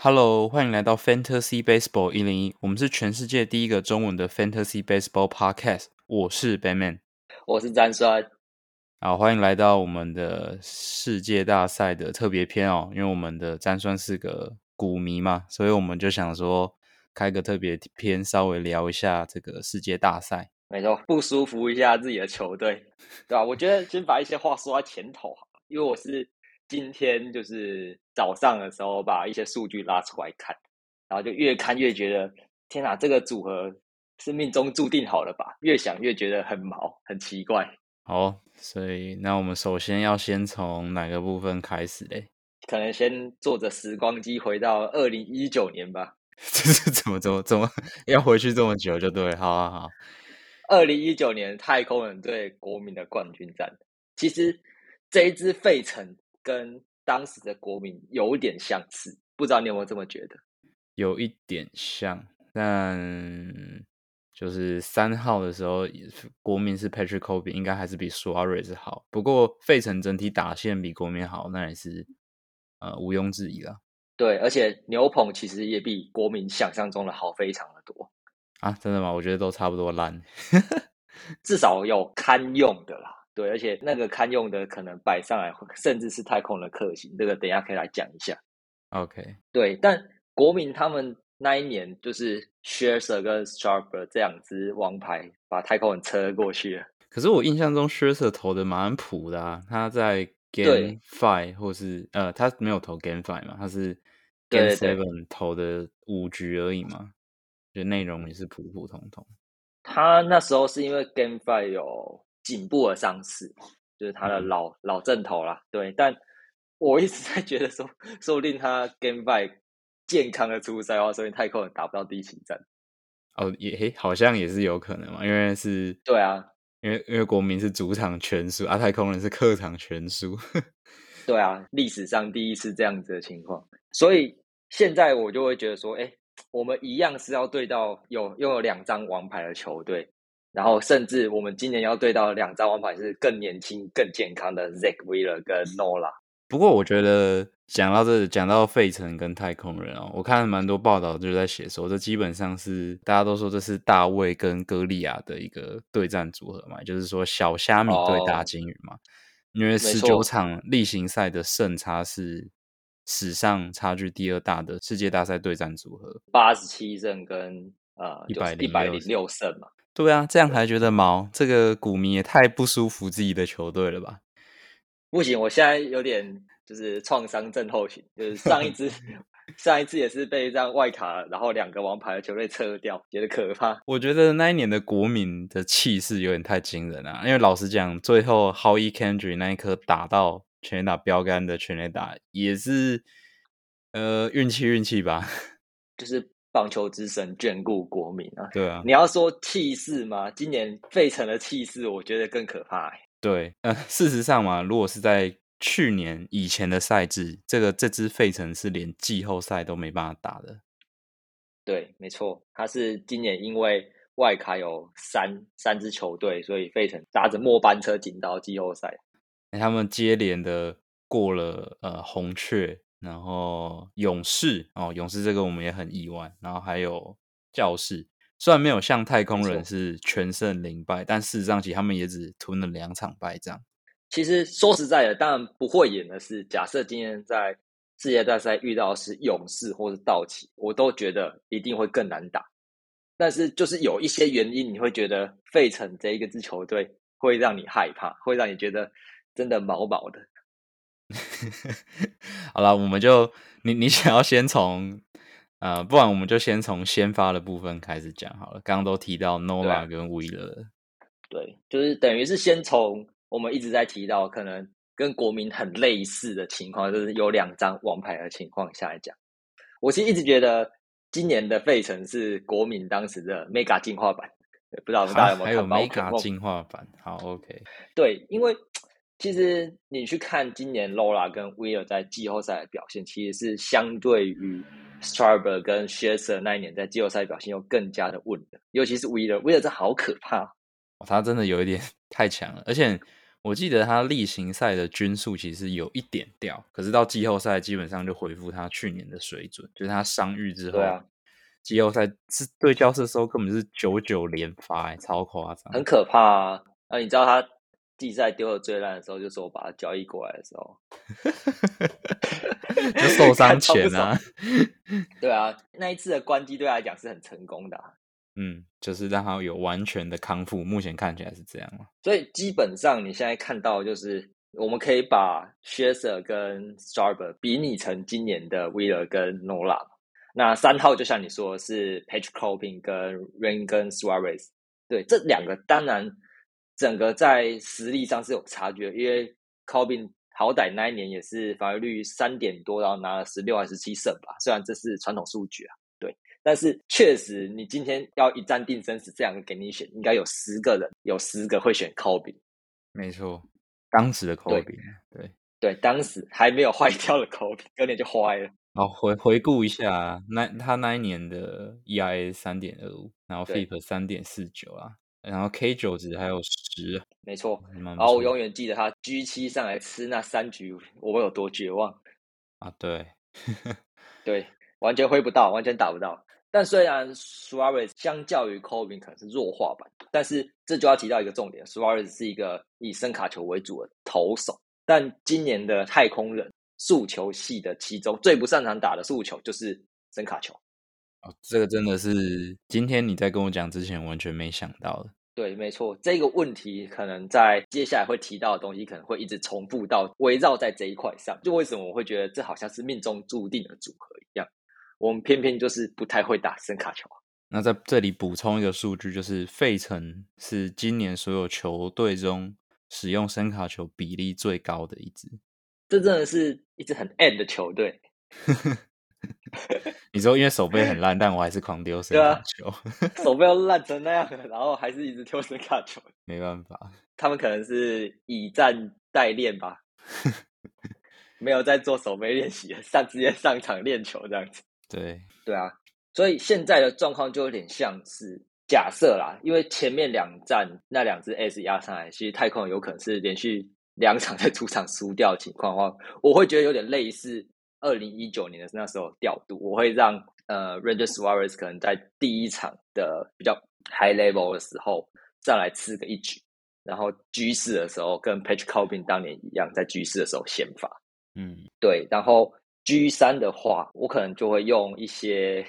Hello，欢迎来到 Fantasy Baseball 101，我们是全世界第一个中文的 Fantasy Baseball Podcast，我是 Batman， 我是詹酸。 好，欢迎来到我们的世界大赛的特别篇哦，因为我们的詹酸是个股迷嘛，所以我们就想说开个特别篇，稍微聊一下这个世界大赛。 没错，不舒服一下自己的球队，对吧？我觉得先把一些话说在前头好了，因为我是今天就是早上的时候把一些数据拉出来看，然后就越看越觉得，天哪，这个组合是命中注定好了吧？越想越觉得很毛，很奇怪。 好，所以那我们首先要先从哪个部分开始嘞？ 可能先坐着时光机回到2019年吧。 这是怎么要回去这么久就对，好。 2019年太空人对国民的冠军战，其实这一支费城跟当时的国民有点相似，不知道你有没有这么觉得？ 有一点像，但就是3号的时候，国民是 Patrick Corbin，应该还是比 Suarez 好。不过费城整体打线比国民好，那也是毋庸置疑啦。 对，而且牛棚其实也比国民想象中的好非常的多啊，真的吗？我觉得都差不多烂。 至少有堪用的啦。对，而且那个堪用的可能摆上来，甚至是太空的克星，这个等一下可以来讲一下。 OK， 对，但国民他们那一年就是 Scherzer 跟 Strasburg 这两支王牌把太空人车过去了。 可是我印象中 Scherzer 投的蛮普的啊，他在 Game 对 Five 或是他没有投 Game Five 嘛，他是 Game 对对对， Seven 投的5局而已嘛，就内容也是普普通通。 他那时候是因为 Game Five 有颈部的伤势，就是他的老正头啦。对，但我一直在觉得说不定他 Game Five 健康的出赛的话，所以太空人打不到第7战。 哦，好像也是有可能嘛，因为对啊， 因为国民是主场全输，太空人是客场全输。 对啊，历史上第一次这样子的情况，所以现在我就会觉得说，我们一样是要对到拥有2张王牌的球队，然后甚至我们今年要对到2张王牌是更年轻、更健康的 Zack Wheeler 跟 Nola。 不过我觉得讲到费城跟太空人哦，我看了蛮多报道就在写说，这基本上是大家都说这是大卫跟歌利亚的一个对战组合嘛，就是说小虾米对大哦， 金鱼嘛，因为19 没错， 场例行赛的胜差是史上差距第2大的世界大赛对战组合， 87胜跟就是 106胜。 106胜嘛。 对啊，这样对， 还觉得毛，这个股民也太不舒服自己的球队了吧？ 不行，我现在有点就是创伤症候群，就是上一次也是被这样外卡，然后2个王牌的球队撤掉，觉得可怕。 我觉得那一年的国民的气势有点太惊人了，因为老实讲，最后 Howie Kendrick 那一颗打到全垒打标杆的全垒打，也是运气吧。 就是棒球之神眷顾国民啊！ 对啊， 你要说气势吗？今年费城的气势，我觉得更可怕对，事实上嘛，如果是在去年以前的赛制，这支费城是连季后赛都没办法打的。 对，没错，他是今年因为外卡有三支球队，所以费城搭着末班车进到季后赛。 他们接连的过了红雀，然后勇士哦，勇士这个我们也很意外，然后还有教士，虽然没有像太空人没错， 是全胜0败，但事实上其实他们也只吞了2场败仗。 其实说实在的，当然不会演的是，假设今天在世界大赛遇到的是勇士或是道奇，我都觉得一定会更难打。但是就是有一些原因，你会觉得费城这一个支球队会让你害怕，会让你觉得真的毛毛的。 好了，我们就你想要先从不然我们就先从先发的部分开始讲好了。刚刚都提到对 Nola 啊， 跟 Wheeler， 对，就是等于是先从我们一直在提到可能跟国民很类似的情况，就是有2张王牌的情况下来讲。我其实一直觉得今年的费城是国民当时的 Mega 进化版，不知道大家有没有还有看宝可 Mega 梦？ 进化版。好，OK， 对，因为其实你去看今年 Lola 跟 Wheeler 在季后赛的表现，其实是相对于 Strasburg 跟 Scherzer 那一年在季后赛表现又更加的稳的，尤其是 Wheeler 这好可怕。 他真的有一点太强了，而且我记得他例行赛的均数其实有一点掉，可是到季后赛基本上就恢复他去年的水准，就是他伤愈之后， 对啊， 季后赛是对教士的时候根本是99连发，超夸张。 很可怕啊！你知道他季赛丢的最烂的时候，就是我把他交易过来的时候， 就受伤看超不前啊， 对啊，那一次的关机对他来讲是很成功的啊， 就是让他有完全的康复，目前看起来是这样嘛。 所以基本上你现在看到就是我们可以把 Scherzer 跟 Strasburg 比拟成今年的 Wheeler 跟 Nola。那3号就像你说的是 Patrick Corbin 跟 Rain 跟 Suarez， 对，这两个当然整个在实力上是有差距的，因为 Corbin 好歹那一年也是防御率3点多，然后拿了16还是17胜吧，虽然这是传统数据啊，对，但是确实你今天要一战定生死，这样给你选，应该有10个人，有10个会选 Corbin， 没错，当时的对 Kobe，对。 对，当时还没有坏掉的 Corbin，隔年就坏了， 好，回顾一下，他那一年的 ERA 3.25，然后对。 FIP 3.49啊，然后 K 九值还有10， 没错， 蛮不错然后我永远记得他 G7上来吃那3局，我有多绝望。 啊。对， 对，完全挥不到，完全打不到。但虽然 Suarez 相较于 Corbin 可能是弱化版，但是这就要提到一个重点，Suarez 是一个以声卡球为主的投手，但今年的太空人速球系的其中最不擅长打的速球就是声卡球。 这个真的是今天你在跟我讲之前完全没想到的。 对，没错，这个问题可能在接下来会提到的东西，可能会一直重复到围绕在这一块上。就为什么我会觉得这好像是命中注定的组合一样，我们偏偏就是不太会打声卡球。 那在这里补充一个数据，就是费城是今年所有球队中使用声卡球比例最高的一支。 这真的是一支很 end 的球队。 你说因为手背很烂，但我还是狂丢声对啊， 卡球， 手背要烂成那样了，然后还是一直丢声卡球。 没办法。 他们可能是以战代练吧，没有在做手背练习，直接上场练球这样子。 对， 对啊，所以现在的状况就有点像是假设啦，因为前面2战那2支 S 压上来，其实太空人有可能是连续2场在主场输掉的情况的话，我会觉得有点类似2019年的那时候调度，我会让Ranger Suarez 可能在第一场的比较 high level 的时候再来吃个1局，然后 G4的时候跟 Patrick Corbin 当年一样，在 G4的时候先发。对，然后 G3的话，我可能就会用一些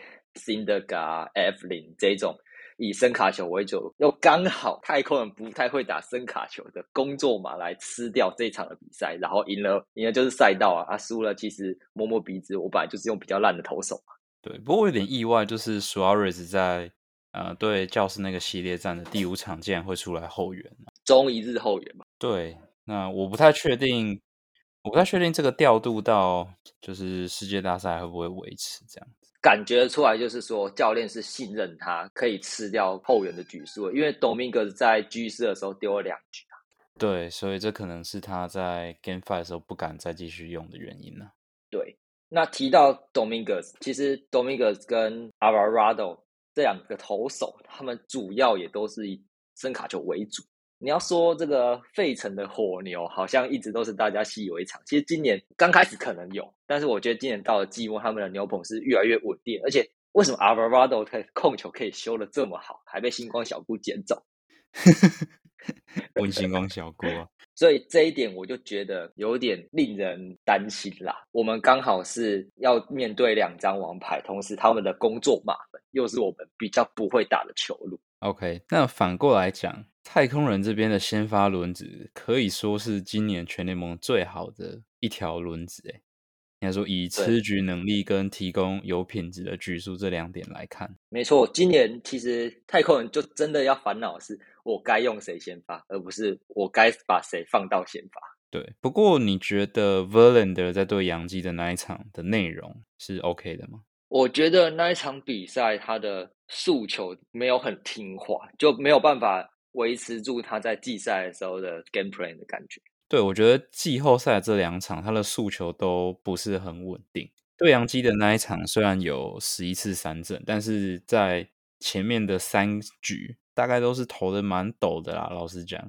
Syndergaard、F0这种以声卡球为主，又刚好太空人不太会打声卡球的工作码来吃掉这一场的比赛，然后赢了就是赛道啊，输了其实摸摸鼻子，我本来就是用比较烂的投手嘛。 对，不过我有点意外，就是 Suarez 在对教士那个系列战的第5场竟然会出来后援。 中一日后援嘛。 对，那我不太确定这个调度到就是世界大赛会不会维持这样子。 感觉出来就是说，教练是信任他可以吃掉后援的局数的，因为 Dominguez 在 G4的时候丢了2局啊。 对，所以这可能是他在 Game 5的时候不敢再继续用的原因呢。 对，那提到 Dominguez，其实 Dominguez 跟 Alvarado 这2个投手，他们主要也都是以声卡球为主。你要说这个费城的火牛，好像一直都是大家习以为常。其实今年刚开始可能有，但是我觉得今年到了季末，他们的牛棚是越来越稳定。而且为什么 Alvarado 控球可以修得这么好，还被星光小姑捡走？ 问星光小郭啊， 所以这一点我就觉得有点令人担心啦。我们刚好是要面对2张王牌，同时他们的工作码们又是我们比较不会打的球路。 OK，那反过来讲，太空人这边的先发轮子可以说是今年全联盟最好的一条轮子诶。应该说以吃局能力跟提供有品质的局数这2点来看， 没错，今年其实太空人就真的要烦恼的是，我该用谁先发，而不是我该把谁放到先发。 对。不过你觉得 Verlander 在对洋基的那一场的内容是 OK 的吗？ 我觉得那一场比赛他的诉求没有很听话，就没有办法维持住他在季赛的时候的 game plan 的感觉。 对，我觉得季后赛这2场他的诉求都不是很稳定。对洋基的那一场虽然有11次3振，但是在前面的3局大概都是投的蛮陡的啦，老实讲。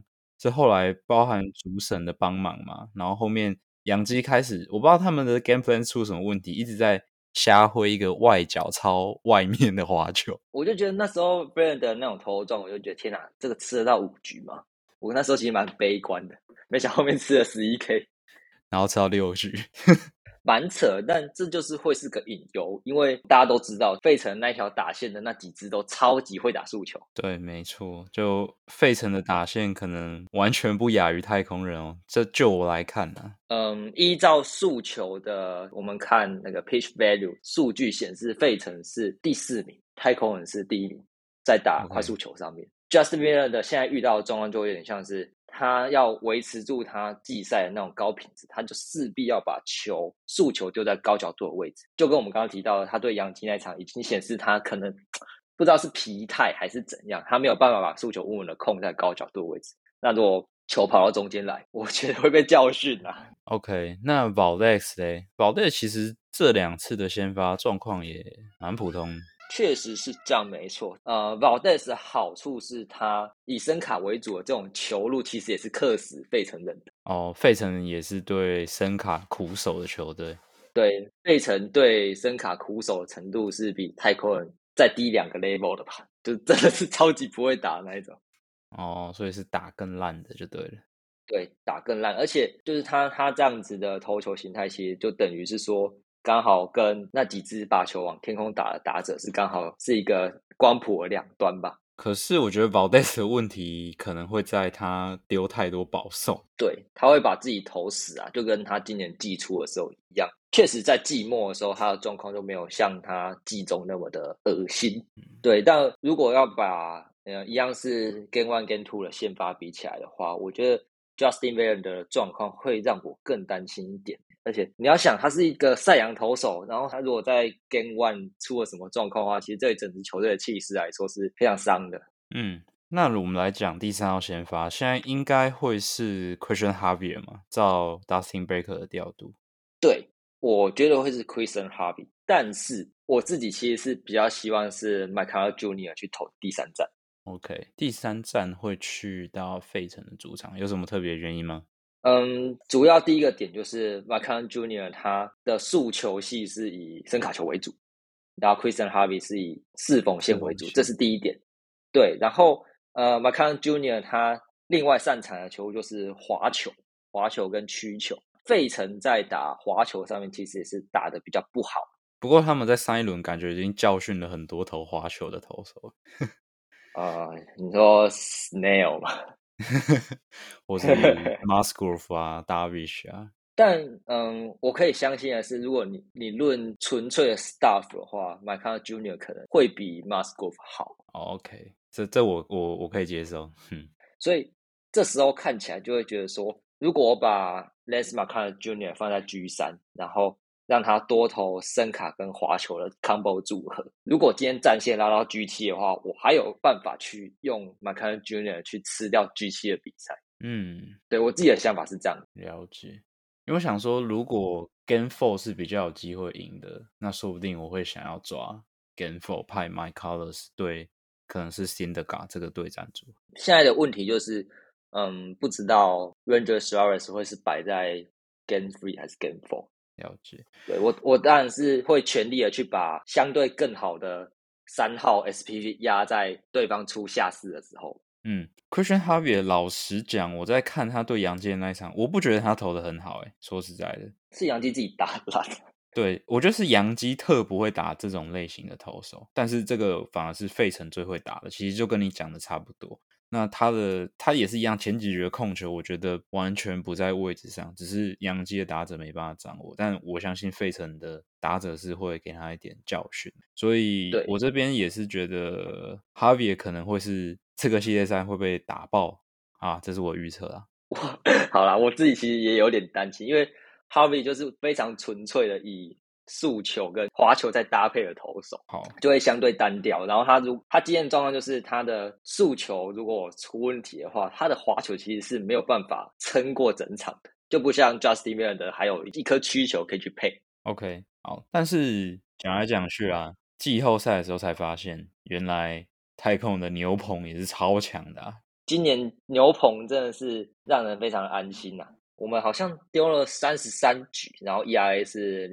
这后来包含主审的帮忙嘛，然后后面洋基开始，我不知道他们的 game plan 出什么问题，一直在瞎挥一个外角超外面的滑球。 我就觉得那时候 Brand 的那种投中，我就觉得天哪，这个吃得到5局吗？我那时候其实蛮悲观的，没想到后面吃了11K， 然后吃到6局。 蛮扯。但这就是会是个隐忧，因为大家都知道费城那条打线的那几支都超级会打速球。 对，没错，就费城的打线可能完全不亚于太空人哦。这就我来看啊， 依照速球的，我们看那个 pitch value 数据显示，费城是第4名，太空人是第1名，在打快速球上面。Justin Miller 的现在遇到的状况就有点像是他要维持住他季赛的那种高品质，他就势必要把速球丢在高角度的位置。就跟我们刚刚提到的，他对洋基那场已经显示他可能不知道是疲态还是怎样，他没有办法把速球稳稳的控在高角度的位置。那如果球跑到中间来，我觉得会被教训啊。 OK，那 Valdez 嘞，Valdez 其实这2次的先发状况也蛮普通。 确实是这样，没错。Valdez 的好处是他以声卡为主的这种球路，其实也是克死费城人的。 哦，费城也是对声卡苦手的球队。 对，费城对声卡苦手的程度是比太空人再低2个 level 的吧？就真的是超级不会打的那一种。 哦，所以是打更烂的就对了。 对，打更烂，而且就是他这样子的投球形态，其实就等于是说，刚好跟那几支把球往天空打的打者是刚好是一个光谱的两端吧。 可是我觉得 Valdez 的问题可能会在他丢太多保送。 对，他会把自己投死啊，就跟他今年季初的时候一样。确实，在季末的时候，他的状况就没有像他季中那么的恶心。对，但如果要把一样是 Game One、Game Two 的先发比起来的话，我觉得 Justin Verlander 的状况会让我更担心一点。而且你要想，他是一个赛扬投手，然后他如果在 Game One 出了什么状况的话，其实对整支球队的气势来说是非常伤的。 那我们来讲第3号先发，现在应该会是 Christian Javier 嘛？照 Dustin Baker 的调度。 对，我觉得会是 Christian Harvey，但是我自己其实是比较希望是 Michael Junior 去投第3战。 OK，第3站会去到费城的主场，有什么特别原因吗？ 主要第一个点就是 Michael Junior 他的速球系是以声卡球为主，然后 Christian Harvey 是以四缝线为主，这是第一点。对，然后Michael Junior 他另外擅长的球就是滑球跟曲球。费城在打滑球上面其实也是打的比较不好。 不过他们在上一轮感觉已经教训了很多投滑球的投手。 你说 Snail 嘛？ 或是 Musgrove 啊 Darvish 啊。 但我可以相信的是，如果你论纯粹的 stuff 的话，Michael Junior 可能会比 Musgrove 好。 OK，这我可以接受。 所以这时候看起来就会觉得说，如果我把 Les Michael Junior 放在 G3，然后让他多投声卡跟滑球的 combo 组合，如果今天战线拉到 G7 的话，我还有办法去用 Michael Junior 去吃掉 G7 的比赛。对，我自己的想法是这样。 了解。因为我想说，如果 Game 4是比较有机会赢的，那说不定我会想要抓 Game 4派 Mike Colors 对，可能是 Syndergaard 这个对战组。 现在的问题就是，不知道 Ranger Suarez 会是摆在 Game 3还是 Game 4。 了解。 对，我当然是会全力的去把相对更好的3号 SPV 压在对方出下4的时候。 Christian Javier 老实讲，我在看他对洋基的那一场，我不觉得他投的很好。说实在的， 是洋基自己打烂。 对，我觉得是洋基特不会打这种类型的投手，但是这个反而是费城最会打的，其实就跟你讲的差不多。那他也是一样，前几局的控球，我觉得完全不在位置上，只是洋基的打者没办法掌握。但我相信费城的打者是会给他一点教训，所以我这边也是觉得 Javier 可能会是这个系列赛会被打爆啊，这是我预测啊。 好啦，我自己其实也有点担心，因为 Harvey 就是非常纯粹的以速球跟滑球在搭配的投手， 好， 就会相对单调。然后他今天的状况就是他的速球如果出问题的话，他的滑球其实是没有办法撑过整场的，就不像 Justin Verlander 还有一颗曲球可以去配。 OK，好，但是讲来讲去啊，季后赛的时候才发现，原来太空的牛棚也是超强的啊。 今年牛棚真的是让人非常安心呐、我们好像丢了33局，然后 ERA 是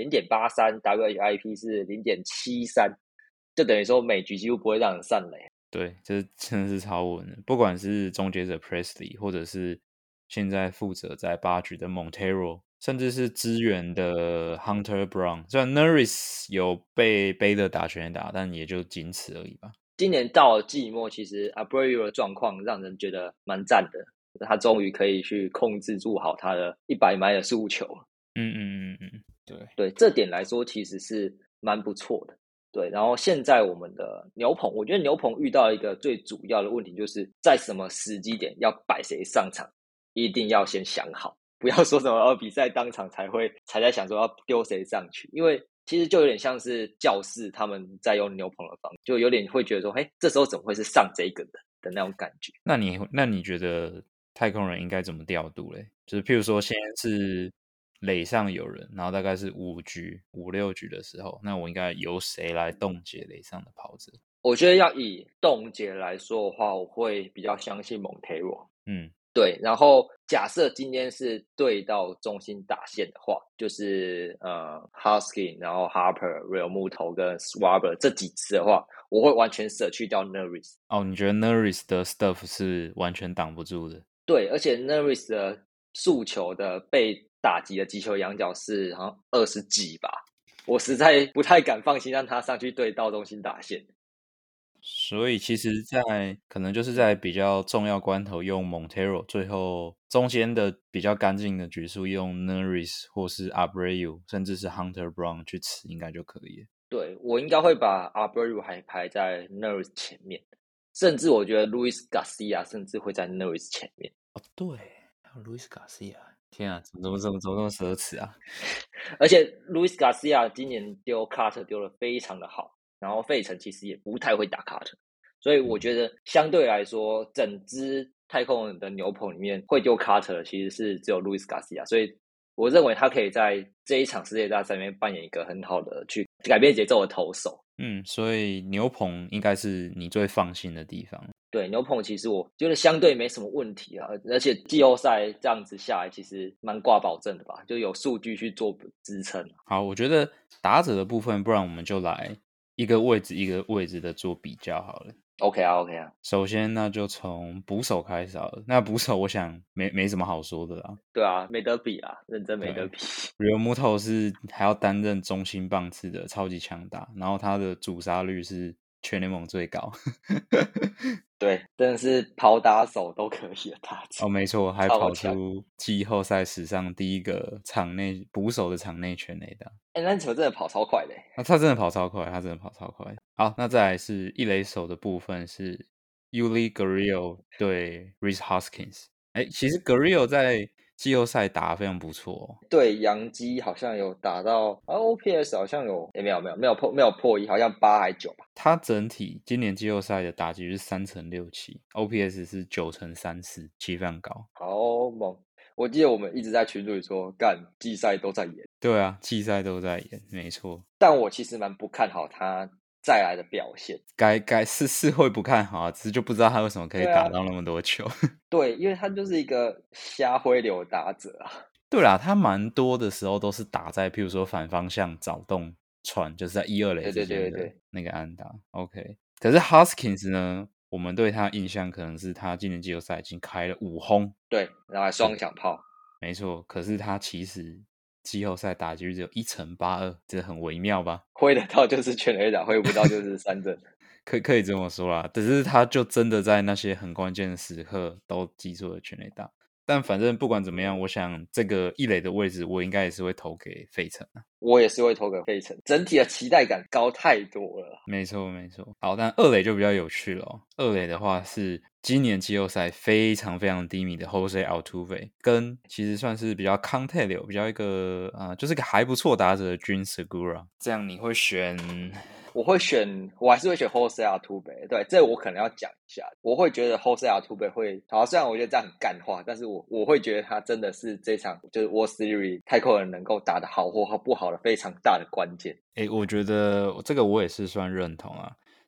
0.83，WHIP 是0.73，就等于说每局几乎不会让人上垒。 对，这真的是超稳的。不管是终结者 Presley，或者是现在负责在8局的 Montero，甚至是支援的 Hunter Brown，虽然 Norris 有被Bader打全垒打，但也就仅此而已吧。 今年到了季末，其实 Abreu 的状况让人觉得蛮赞的，他终于可以去控制住好他的100迈的速球。 对， 对这点来说，其实是蛮不错的。对，然后现在我们的牛棚，我觉得牛棚遇到一个最主要的问题，就是在什么时机点要摆谁上场，一定要先想好，不要说什么比赛当场才在想说要丢谁上去，因为其实就有点像是教室他们在用牛棚的方式，就有点会觉得说，嘿，这时候怎么会是上这个的那种感觉。 那你觉得太空人应该怎么调度嘞？就是譬如说，现在是垒上有人，然后大概是五六局的时候，那我应该由谁来冻结垒上的跑者？ 我觉得要以冻结来说的话，我会比较相信 Montero。对，然后假设今天是对到中心打线的话，就是Husky， 然后 Harper、Real 木头跟 Schwarber 这几支的话，我会完全舍去掉 Norris。 哦，你觉得 Norris 的 stuff 是完全挡不住的？ 对，而且 Norris 的速球的被打击的击球仰角是好像20几吧，我实在不太敢放心让他上去对到中心打线。 所以其实可能就是在比较重要关头用 Montero，最后中间的比较干净的局数用 Norris 或是 Abreu，甚至是 Hunter Brown 去吃，应该就可以了。 对，我应该会把 Abreu 还排在 Norris 前面，甚至我觉得 Luis Garcia 甚至会在 Norris 前面。 哦，对，还有 Luis Garcia，天啊，怎么这么奢侈啊？ 而且 Luis Garcia 今年丢 Carter 丢的非常的好，然后费城其实也不太会打 Carter，所以我觉得相对来说，整支太空人的牛棚里面会丢 Carter 其实是只有 Luis Garcia，所以我认为他可以在这一场世界大赛里面扮演一个很好的去改变节奏的投手。 所以牛棚应该是你最放心的地方。 对，牛棚其实我觉得相对没什么问题啊，而且季后赛这样子下来，其实蛮挂保证的吧，就有数据去做支撑。 好，我觉得打者的部分，不然我们就来一个位置一个位置的做比较好了。 OK 啊，OK 啊。 首先，那就从捕手开始好了。那捕手，我想没什么好说的啦。 对啊，没得比啊，认真没得比。 Real Muto 是还要担任中心棒次的超级强打，然后他的主杀率是全联盟最高。 对，真的是跑打手都可以的打者。 哦，没错，还跑超强。 出季后赛史上第一个场内捕手的场内全垒打。 那球真的跑超快的。 那他真的跑超快，他真的跑超快。好，那再来是一垒手的部分是 Yuli Gurriel 对 Rhys Hoskins。其实 Gurriel 在季后赛打得非常不错哦。 对，洋基好像有打到OPS 好像有，没有破1，好像8还9吧。 他整体今年季后赛的打击是3成67，OPS 是9成34，非常高。 好猛！我记得我们一直在群组里说，干季赛都在演。 对啊，季赛都在演，没错。 但我其实蛮不看好他再来的表现。 是会不看好啊，只是就不知道他为什么可以打到那么多球。 对，因为他就是一个瞎挥流打者啊。 对啦，他蛮多的时候都是打在譬如说反方向找洞传，就是在1、2垒之间的那个安打。OK， 可是 Hoskins 呢，我们对他印象可能是他今年季后赛已经开了5轰， 对，然后还双响炮。 没错。可是他其实季后赛打击率只有1成82，这很微妙吧？ 挥得到就是全垒打，挥不到就是三振。 可以这么说啦，只是他就真的在那些很关键的时刻都击出了全垒打。但反正不管怎么样，我想这个一垒的位置，我应该也是会投给费城啊。 我也是会投给费城，整体的期待感高太多了。 没错，没错。好，但二垒就比较有趣了哦。二垒的话是今年季后赛非常非常低迷的 Jose Altuve，跟其实算是比较 contact 流，比较一个就是个还不错打者的 Jean Segura。这样你会选？ 我还是会选 Jose Altuve。对，这我可能要讲一下。我会觉得 Jose Altuve 会好，虽然我觉得这样很干话，但是我会觉得他真的是这场就是 World Series 太空人能够打得好或不好的非常大的关键。 我觉得这个我也是算认同啊。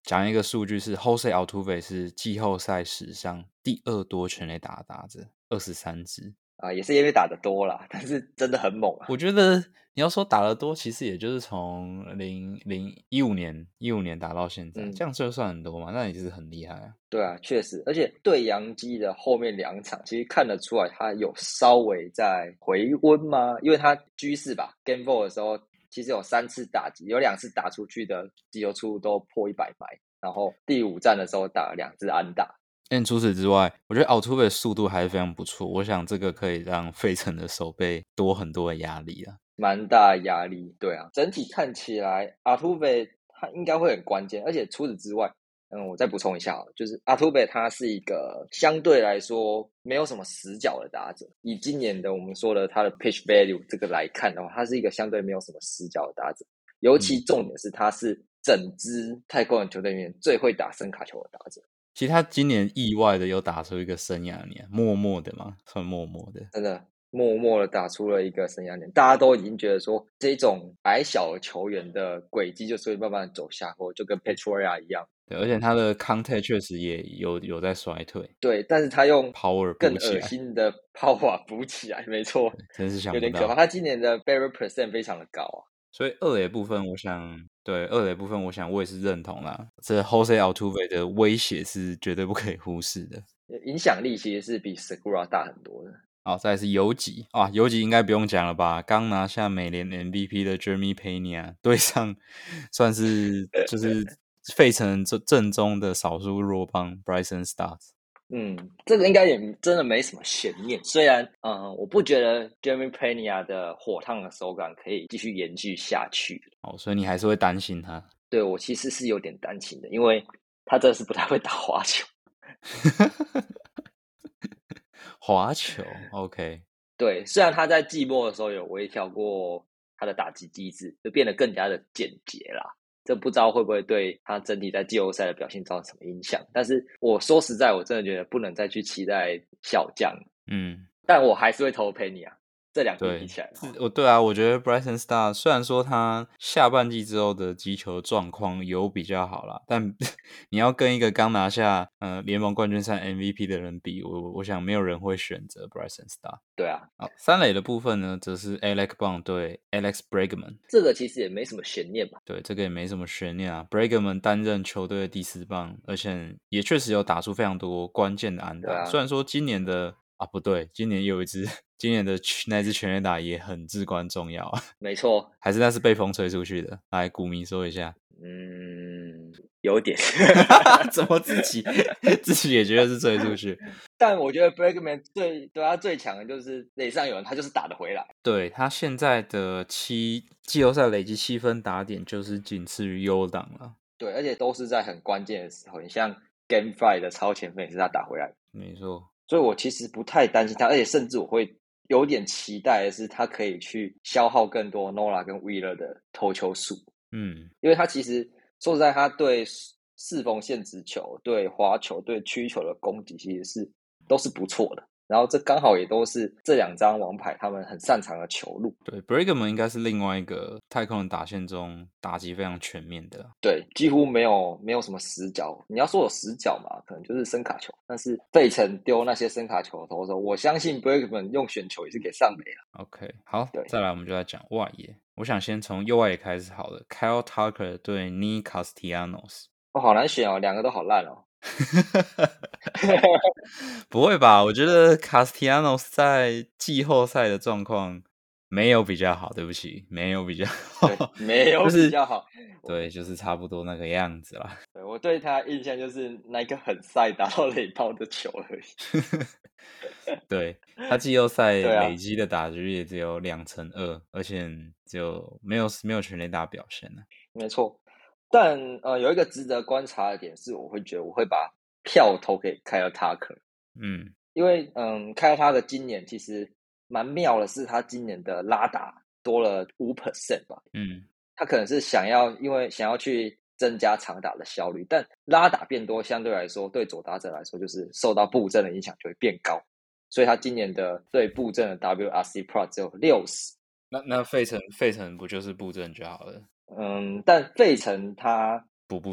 讲一个数据是 Jose Altuve 是季后赛史上第2多全垒打的打者，23支。 也是因为打得多啦，但是真的很猛啊。 我觉得你要说打得多，其实也就是从2015年打到现在，这样就算很多嘛？那也是很厉害啊。 对啊，确实，而且对洋基的后面2场，其实看得出来他有稍微在回温吗？因为他居士吧 ，Game 4的时候，其实有3次打击，有2次打出去的击球出都破100迈，然后第5战的时候打了2支安打。 但除此之外，我觉得 Altuve 的速度还是非常不错。我想这个可以让费城的守备多很多的压力啊， 蛮大的压力。对啊，整体看起来 Altuve 他应该会很关键，而且除此之外。我再补充一下，就是 Altuve 他是一个相对来说没有什么死角的打者。以今年的我们说的他的 pitch value 这个来看的话，他是一个相对没有什么死角的打者。尤其重点是他是整支太空人球队里面最会打伸卡球的打者。 其实他今年意外的有打出一个生涯年，默默的嘛，算默默的， 真的默默的打出了一个生涯年。大家都已经觉得说，这种矮小的球员的轨迹就是会慢慢走下坡，就跟 Pedroia 一样。 对，而且他的 contact 确实也有在衰退。 对，但是他用 power 更补起来， 恶心的 power 补起来，没错， 真是想不到， 有点可怕。他今年的 barrel percent 非常的高啊。 所以二垒部分，我想我也是认同啦。这 Jose Altuve 的威胁是绝对不可以忽视的， 影响力其实是比 Segura 大很多的。 好，再来是游击啊，游击应该不用讲了吧？刚拿下美联 MVP 的 Jeremy Pena 对上算是就是费城正宗的少数弱棒 Bryson Stott。 这个应该也真的没什么悬念。虽然我不觉得 Jeremy Pena 的火烫的手感可以继续延续下去。 所以你还是会担心他？ 对，我其实是有点担心的，因为他真的是不太会打滑球。 滑球 OK， 对，虽然他在季末的时候有微调过他的打击机制，就变得更加的简洁啦。这不知道会不会对他整体在季后赛的表现造成什么影响。但是我说实在，我真的觉得不能再去期待小将。但我还是会投佩尼啊。这两个比起来对啊，我觉得 Bryson Stott 虽然说他下半季之后的击球状况有比较好啦，但你要跟一个刚拿下联盟冠军赛 MVP 的人比，我想没有人会选择 Bryson Stott。 对啊， 好，三垒的部分呢，则是 Alec Bohm 对 Alex Bregman。 这个其实也没什么悬念吧？ 对，这个也没什么悬念啊。Bregman 担任球队的第4棒，而且也确实有打出非常多关键的安打。虽然说今年的不对，今年有一支，今年的那支全垒打也很至关重要啊。 没错， 还是那是被风吹出去的。来，股民说一下。 有点。 怎么自己也觉得是吹出去？ 但我觉得 Bregman 他最强的就是垒上有人，他就是打得回来。 对，他现在的季后赛累积7分打点，就是仅次于优档了。 对，而且都是在很关键的时候，你像 Game 5的超前分也是他打回来的。 没错， 所以我其实不太担心他，而且甚至我会有点期待的是，他可以去消耗更多 Nola 跟 Wheeler 的投球数。因为他其实说实在，他对4缝线直球、对滑球、对曲球的攻击，其实都是不错的。然后这刚好也都是这2张王牌他们很擅长的球路。 对 ，Bregman 应该是另外一个太空人打线中打击非常全面的。 对，几乎没有什么死角。你要说有死角嘛，可能就是伸卡球。但是费城丢那些伸卡球投的时候，我相信 Bregman 用选球也是给上垒了。 OK， 好，再来我们就来讲外野。我想先从右外野开始好了 ，Kyle Tucker 对 Nick Castellanos。 好难选哦，2个都好烂哦。 不会吧？我觉得 Castellanos 在季后赛的状况没有比较好，对不起，没有比较好， 没有比较好， 对，就是差不多那个样子啦。 对，我对他印象就是那个很晒打到垒包的球而已。 对，他季后赛累积的打击率也只有2成2，而且就没有全垒打表现了。 没错，但有一个值得观察的点是，我会觉得我会把票投给凯尔塔克。因为凯尔塔克今年其实蛮妙的是，他今年的拉打多了5% 吧。他可能是想要去增加长打的效率，但拉打变多，相对来说对左打者来说就是受到布阵的影响就会变高，所以他今年的对布阵的 WRC Plus 只有60。 那费城不就是布阵就好了？ 但费城他不布阵，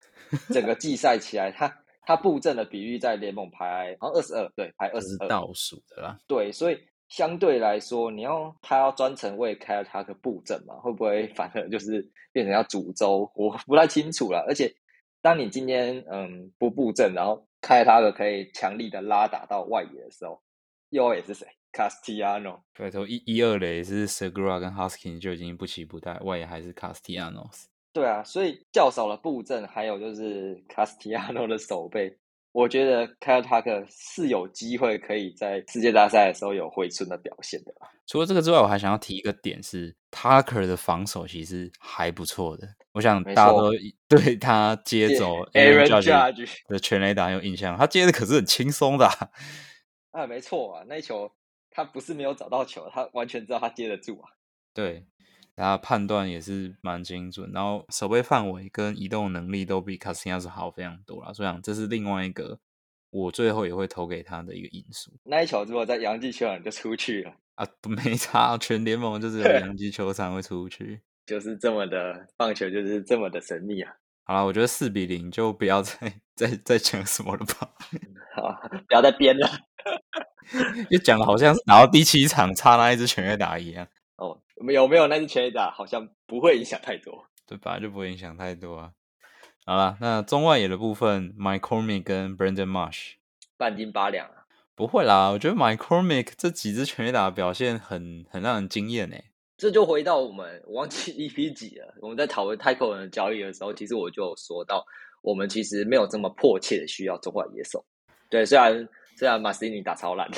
整个季赛起来，他布阵的比率在联盟排好像22，对，排这是 22。 倒数的啦。 对，所以相对来说，他要专程为凯尔塔克布阵嘛，会不会反而就是变成要诅咒？我不太清楚了。而且，当你今天不布阵，然后凯尔塔克可以强力的拉打到外野的时候，右外野是谁？Castellano。 对头1、2垒是 Segura 跟 Hoskins 就已经不期不待，外野还是 Castellanos。 对啊，所以较少的布阵，还有就是 Castellano 的守备，我觉得凯尔塔克是有机会可以在世界大赛的时候有回春的表现的啦。 除了这个之外，我还想要提一个点是，Tucker 的防守其实还不错的。我想没大家都错， 对他接走 Aaron Aaron Judge Judge 的全垒打很有印象，他接的可是很轻松的啊。 啊，没错啊，那一球他不是没有找到球，他完全知道他接得住啊。 对，他判断也是蛮精准，然后守备范围跟移动能力都比 Castellanos 好非常多啦，所以讲这是另外一个我最后也会投给他的一个因素那一球如果在洋基球场就出去了， 啊。没差，全联盟就只有洋基球场会出去。 就是这么的棒球，就是这么的神秘啊！ 好啦，我觉得4-0就不要再讲什么了吧， 好，不要再编了就讲的好像是打到第7场差那一支全垒打一样， 哦。有没有那支全垒打，好像不会影响太多。 对吧？就不会影响太多啊。好啦，那中外野的部分，McCormick 跟 Brandon Marsh 半斤八两啊！ 不会啦，我觉得 McCormick 这几支全垒打的表现很让人惊艳诶。 这就回到我忘记 EP 几了。我们在讨论太空人的交易的时候，其实我就有说到，我们其实没有这么迫切的需要中外野手。对，虽然马斯尼打超烂，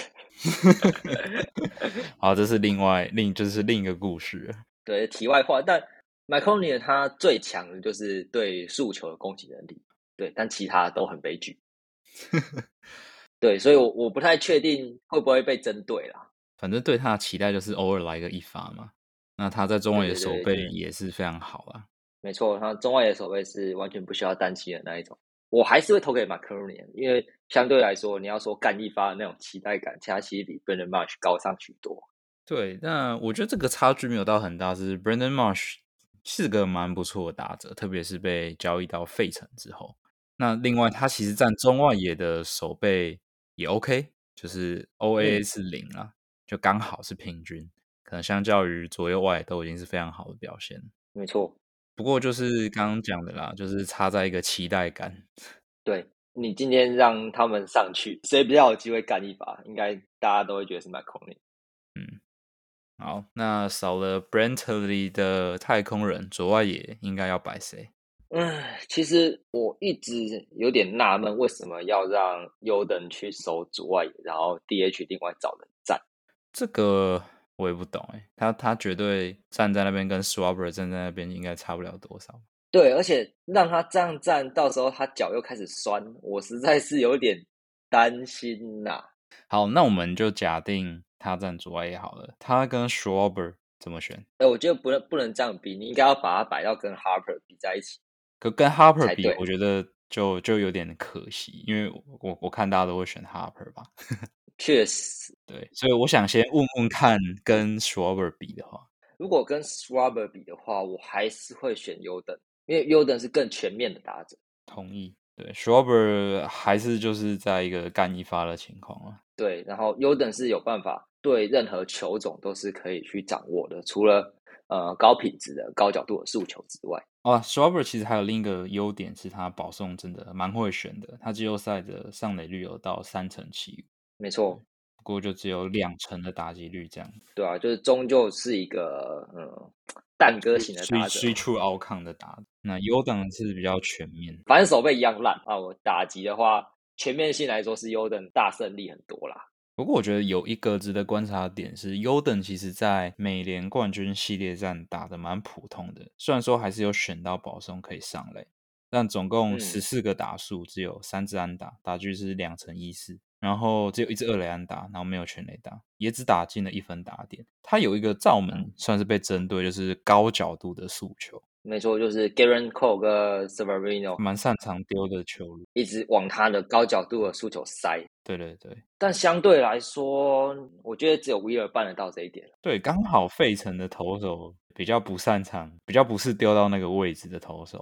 好，这是就是另一个故事了。 对，题外话，但 m c c o n y 他最强的就是对速球的攻击能力，对，但其他都很悲剧。对，所以我不太确定会不会被针对啦。 反正对他的期待就是偶尔来个一发嘛。那他在中外野守备对对对， 也是非常好啊。 没错，他中外野守备是完全不需要担心的那一种。我还是会投给 m c c o n y 因为相对来说，你要说干一发的那种期待感，他其实比 Brandon Marsh 高上许多。 对，那我觉得这个差距没有到很大，是 Brandon Marsh 是个蛮不错的打者，特别是被交易到费城之后。那另外，他其实占中外野的守备也 OK，就是 OAA 是0啦，就刚好是平均，可能相较于左右外都已经是非常好的表现。 没错， 不过就是刚刚讲的啦，就是差在一个期待感。 对你今天让他们上去，谁比较有机会干一发？应该大家都会觉得是 m c c o n y 嗯，好，那少了 Brantley 的太空人左外野应该要摆谁？ 其实我一直有点纳闷，为什么要让优登去守主外野，然后 DH 另外找人站？ 这个我也不懂他绝对站在那边跟 Schwarber 站在那边应该差不了多少。 对，而且让他这样站，到时候他脚又开始酸，我实在是有点担心呐。 好，那我们就假定他站左外野好了，他跟 Schwarber 怎么选？ 我觉得不能这样比，你应该要把它摆到跟 Harper 比在一起可跟 Harper 比， 才对。 我觉得就有点可惜，因为我看大家都会选 Harper 吧。 确实， 对，所以我想先问问看，跟 Schwarber 比的话， 如果跟 Schwarber 比的话，我还是会选优登，因为优登是更全面的打者。 同意。对，Schwarber 还是就是在一个干一发的情况啊。 对，然后优等是有办法对任何球种都是可以去掌握的，除了高品质的高角度的速球之外。 Schwarber 其实还有另一个优点是他保送真的蛮会选的，他季后赛的上垒率有到3成7， 没错， 不过就只有2成的打击率这样。 对啊，就是终究是一个蛋哥型的打者， true outcome 的打，那优等是比较全面。 反正手背一样烂啊。我打击的话，全面性来说是优等大胜利很多啦。 不过我觉得有一个值得观察的点是，优等其实在美联冠军系列战打得蛮普通的，虽然说还是有选到保送可以上垒，但总共14个打数，只有3支安打，打距是2成14，然后只有1支二垒安打，然后没有全垒打，也只打进了1分打点。他有一个罩门算是被针对，就是高角度的速球。 没错，就是 Garen Cole 跟 Severino 蛮擅长丢的球路， 一直往他的高角度的速球塞。 对对对， 但相对来说，我觉得只有威尔办得到这一点。 对，刚好费城的投手比较不擅长，比较不是丢到那个位置的投手啦。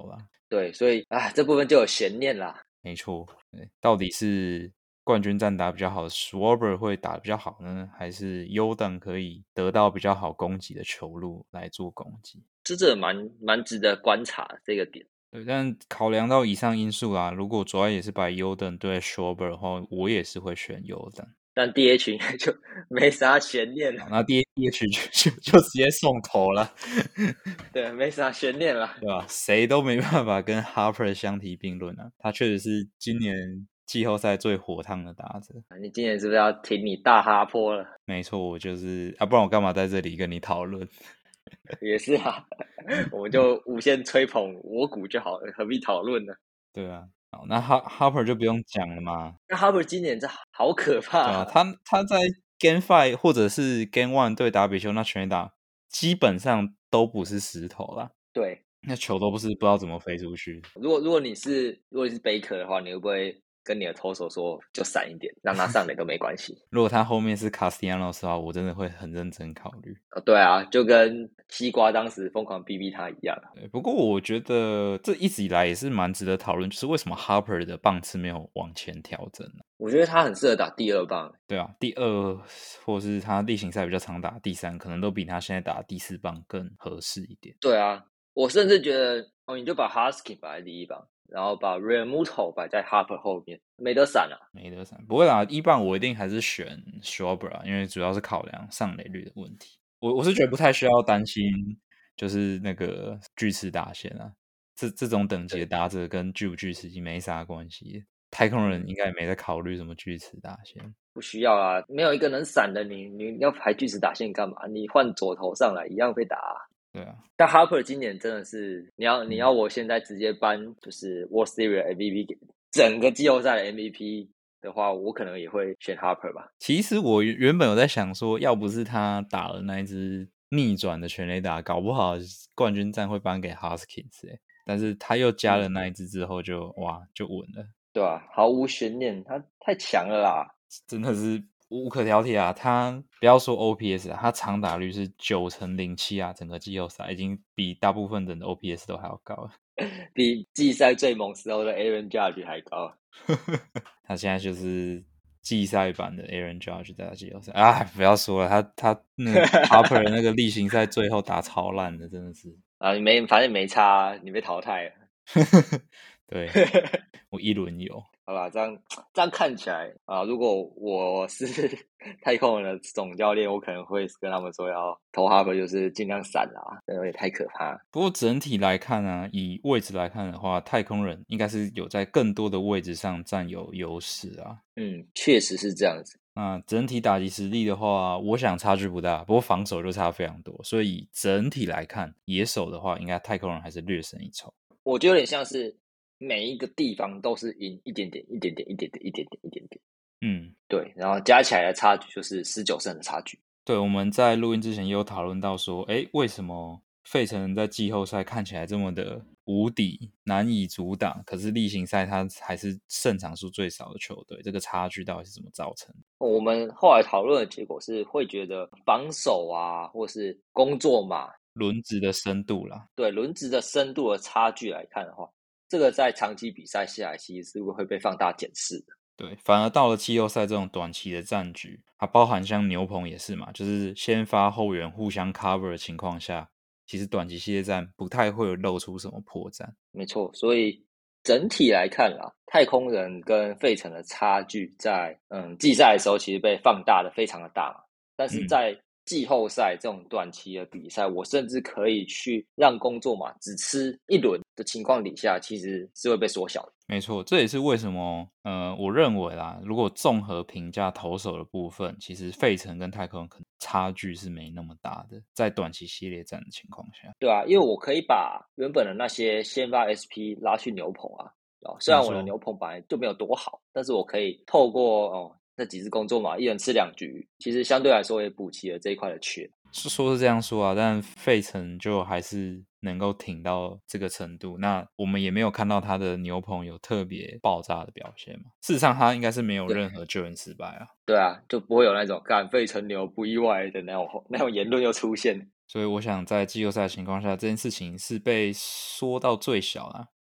对，所以这部分就有悬念啦。 没错，对，到底是冠军战打比较好的 Schwarber 会打得比较好呢，还是 Yodan 可以得到比较好攻击的球路来做攻击？ 这蛮值得观察这个点。 对，但考量到以上因素啦，如果主要也是摆 Yodan 对 Schwarber 的话，我也是会选 Yodan。 但 DH 应该就没啥悬念了。 那 DH 就直接送头了， 对，没啥悬念了。 对吧？谁都没办法跟 Harper 相提并论啊，他确实是今年季后赛最火烫的打者。 你今年是不是要挺你大哈坡了？ 没错，我就是不然我干嘛在这里跟你讨论？ 也是啊，我们就无限吹捧我股就好了，何必讨论呢？ 对啊，好，那 Harper 就不用讲了嘛， 那哈珀今年这好可怕对啊，他在 Game Five 或者是 Game One 对达比修那全垒打，基本上都不是石头啦， 对， 那球都不知道怎么飞出去。 如果你是贝克的话，你会不会跟你的投手说就闪一点，让他上垒都没关系？ 如果他后面是 Castellanos 的话，我真的会很认真考虑。 对啊，就跟西瓜当时疯狂逼逼他一样。 对，不过我觉得这一直以来也是蛮值得讨论，就是为什么 Harper 的棒次没有往前调整呢？ 我觉得他很适合打第二棒。 对啊，第二或是他例行赛比较常打第三，可能都比他现在打第四棒更合适一点。 对啊，我甚至觉得你就把 Husky 摆在第一棒，然后把 Realmuto 摆在 Harper 后面，没得闪啊。 没得闪，不会啦，一棒我一定还是选 Schwarber 啊，因为主要是考量上垒率的问题。我是觉得不太需要担心，就是那个巨齿打线啊，这种等级的打者跟巨不巨齿已经没啥关系。太空人应该也没在考虑什么巨齿打线， 不需要啊，没有一个能闪的你要排巨齿打线干嘛？你换左投上来一样会打啊。 对啊， 但 Harper 今年真的是，你要我现在直接颁就是 World Series MVP 给整个季后赛的 MVP 的话，我可能也会选 Harper 吧。 其实我原本有在想说，要不是他打了那一支逆转的全垒打，搞不好冠军战会颁给 Hoskins 但是他又加了那一支之后就稳了。 对啊，毫无悬念，他太强了啦。 真的是无可挑剔啊！他不要说 OPS 啊，他长打率是9成07啊，整个季后赛已经比大部分人的 OPS 都还要高了。 比季赛最猛时候的 Aaron Judge 还高。 他现在就是季赛版的 Aaron Judge 在季后赛啊！不要说了，他那个 Harper 那个例行赛最后打超烂的，真的是啊，反正没差，你被淘汰了。 对我一轮游。 好吧，这样看起来啊，如果我是太空人的总教练，我可能会跟他们说要投哈佛，就是尽量闪啦，有点太可怕。 不过整体来看啊，以位置来看的话，太空人应该是有在更多的位置上占有优势啊。 确实是这样子。 那整体打击实力的话，我想差距不大，不过防守就差非常多。所以整体来看，野手的话，应该太空人还是略胜一筹。 我觉得有点像是每一个地方都是赢一点点、一点点、一点点、一点点、一点点。对，然后加起来的差距就是19胜的差距。 对，我们在录音之前也有讨论到说，为什么费城人在季后赛看起来这么的无敌、难以阻挡，可是例行赛他还是胜场数最少的球队，这个差距到底是怎么造成的？ 我们后来讨论的结果是会觉得防守啊，或是工作嘛， 轮值的深度啦。 对轮值的深度的差距来看的话，这个在长期比赛下来，其实是会被放大检视的。 对，反而到了季后赛这种短期的战局，它包含像牛棚也是嘛，就是先发后援互相 cover 的情况下，其实短期系列战不太会有露出什么破绽。 没错，所以整体来看啦，太空人跟费城的差距在季赛的时候其实被放大的非常的大嘛，但是在季后赛这种短期的比赛，我甚至可以去让工作嘛只吃一轮的情况底下，其实是会被缩小的。 没错，这也是为什么，我认为啦，如果综合评价投手的部分，其实费城跟太空人可能差距是没那么大的，在短期系列战的情况下。 对啊，因为我可以把原本的那些先发 SP 拉去牛棚啊，虽然我的牛棚本来就没有多好，但是我可以透过那几次工作嘛，一人吃2局，其实相对来说也补齐了这一块的缺。 说是这样说啊，但费城就还是能够挺到这个程度。那我们也没有看到他的牛棚有特别爆炸的表现嘛。事实上，他应该是没有任何救援失败啊。 对啊，就不会有那种干费城牛不意外的那种言论又出现。 所以我想在季后赛的情况下，这件事情是被缩到最小啊。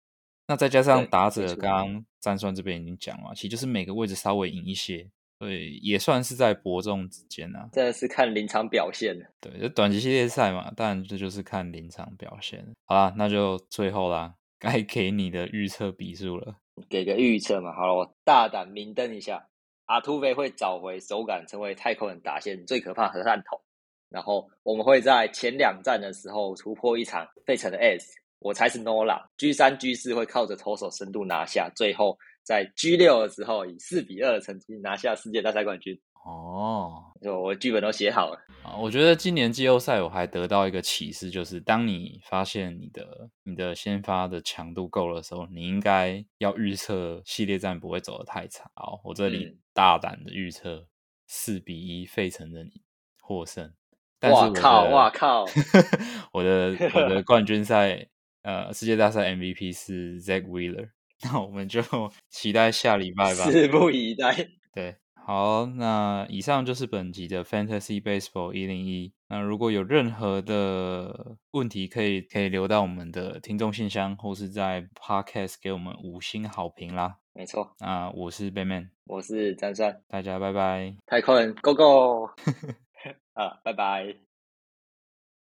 那再加上对， 打者， 没错。 刚刚詹酸这边已经讲了，其实就是每个位置稍微赢一些，所以也算是在伯仲之间啊。 真的是看临场表现了。 对，就短期系列赛嘛，当然这就是看临场表现。好啦，那就最后啦，该给你的预测比数了。 给个预测嘛，好了，我大胆明灯一下，阿图菲会找回手感，成为太空人打线最可怕核弹头。然后我们会在前两战的时候突破一场费城的 S，我才是 Nola。G3、G4会靠着投手深度拿下，最后在 G6的时候以4-2的成绩拿下世界大赛冠军。 哦， 就我剧本都写好了。 我觉得今年季后赛我还得到一个启示，就是当你发现你的先发的强度够的时候，你应该要预测系列战不会走得太长。好，我这里大胆的预测4-1费城人获胜，但是哇靠，哇靠！ 我的冠军赛世界大赛 MVP 是 Zach Wheeler，那我们就期待下礼拜吧。 拭目以待。 对，好，那以上就是本集的 Fantasy Baseball 101。那如果有任何的问题，可以留到我们的听众信箱，或是在 Podcast 给我们5星好评啦。 没错， 那我是 Batman， 我是詹帅， 大家拜拜。 太空人 Go Go 啊，拜拜。